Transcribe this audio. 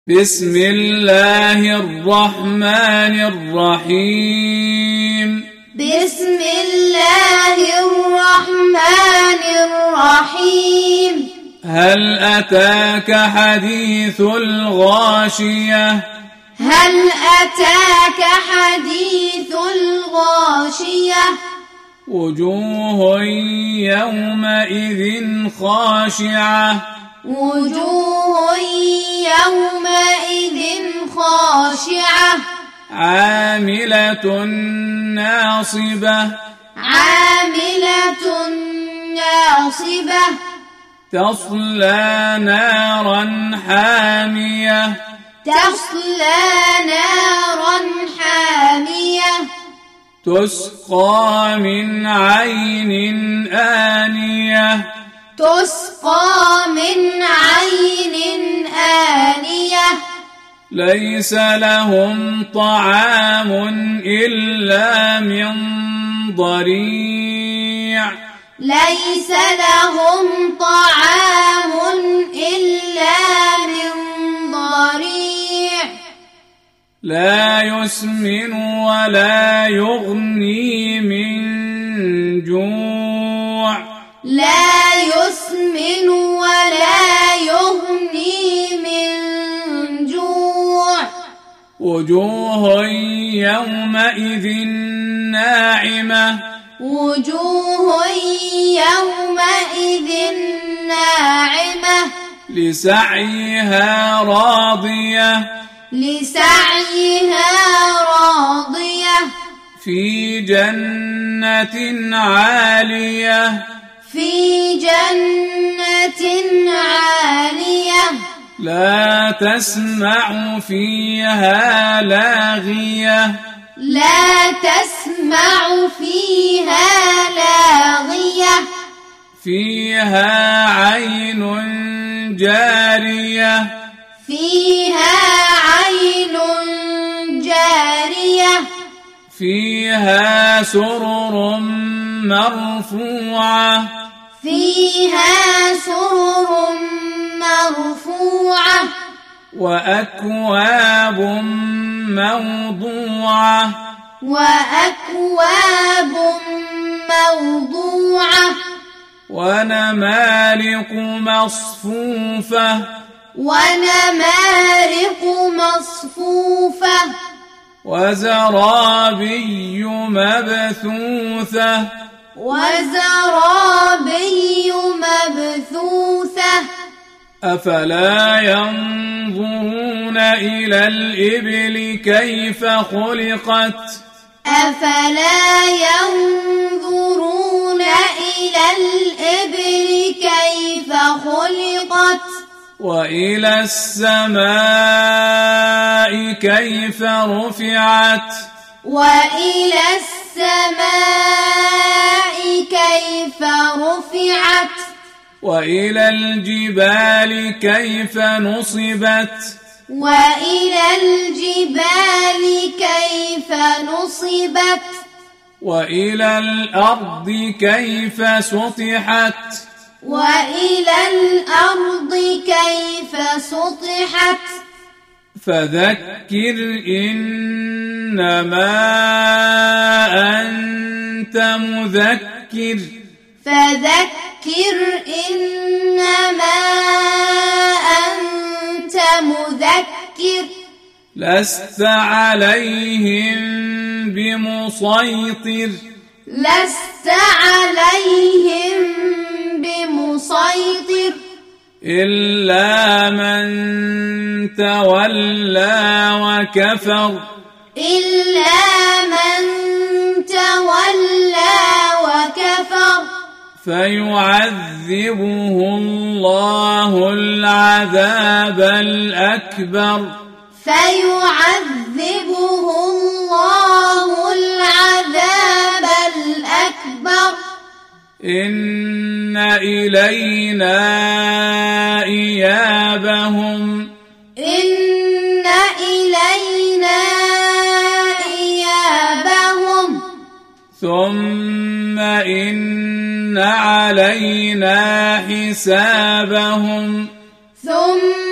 بسم الله الرحمن الرحيم بسم الله الرحمن الرحيم هل أتاك حديث الغاشية هل أتاك حديث الغاشية وجوه يومئذ خاشعة وجوه يومئذ خاشعة عاملة ناصبة عاملة ناصبة تصلى نارا حامية تصلى نارا حامية تسقى من عين آنية تسقى من عين آنية ليس لهم طعام إلا من ضريع ليس لهم طعام إلا من ضريع لا يسمن ولا يغني من جوع لا يسمن ولا يغني من جوع وجوه يومئذ ناعمة وجوه يومئذ ناعمة لسعيها راضية لسعيها راضية في جنة عالية في جنة عالية لا تسمع فيها لاغية لا تسمع فيها لاغية فيها عين جارية فيها عين جارية فيها سرر مرفوعة فيها سرر مرفوعة وأكواب موضوعة وأكواب موضوعة ونمارق مصفوفة ونمارق مصفوفة وزرابي مبثوثة وزرابي مبثوثة أفلا ينظرون إلى الإبل كيف خلقت أفلا ينظرون إلى الإبل كيف خلقت وإلى السماء كيف رفعت وإلى السماء كيف رفعت وإلى الجبال كيف نصبت وإلى الجبال كيف نصبت وإلى الأرض كيف سطحت وإلى الأرض كيف سطحت فذكر إنما أنت مذكر فذكر إنما أنت مذكر لست عليهم بمسيطر لست عليهم بمسيطر إلا من تولى وكفر إلا من تولى وكفر فيعذبه الله العذاب الأكبر فيعذبه الله العذاب الأكبر إن إلينا إيابهم إن إلينا إيابهم ثم إن علينا حسابهم ثم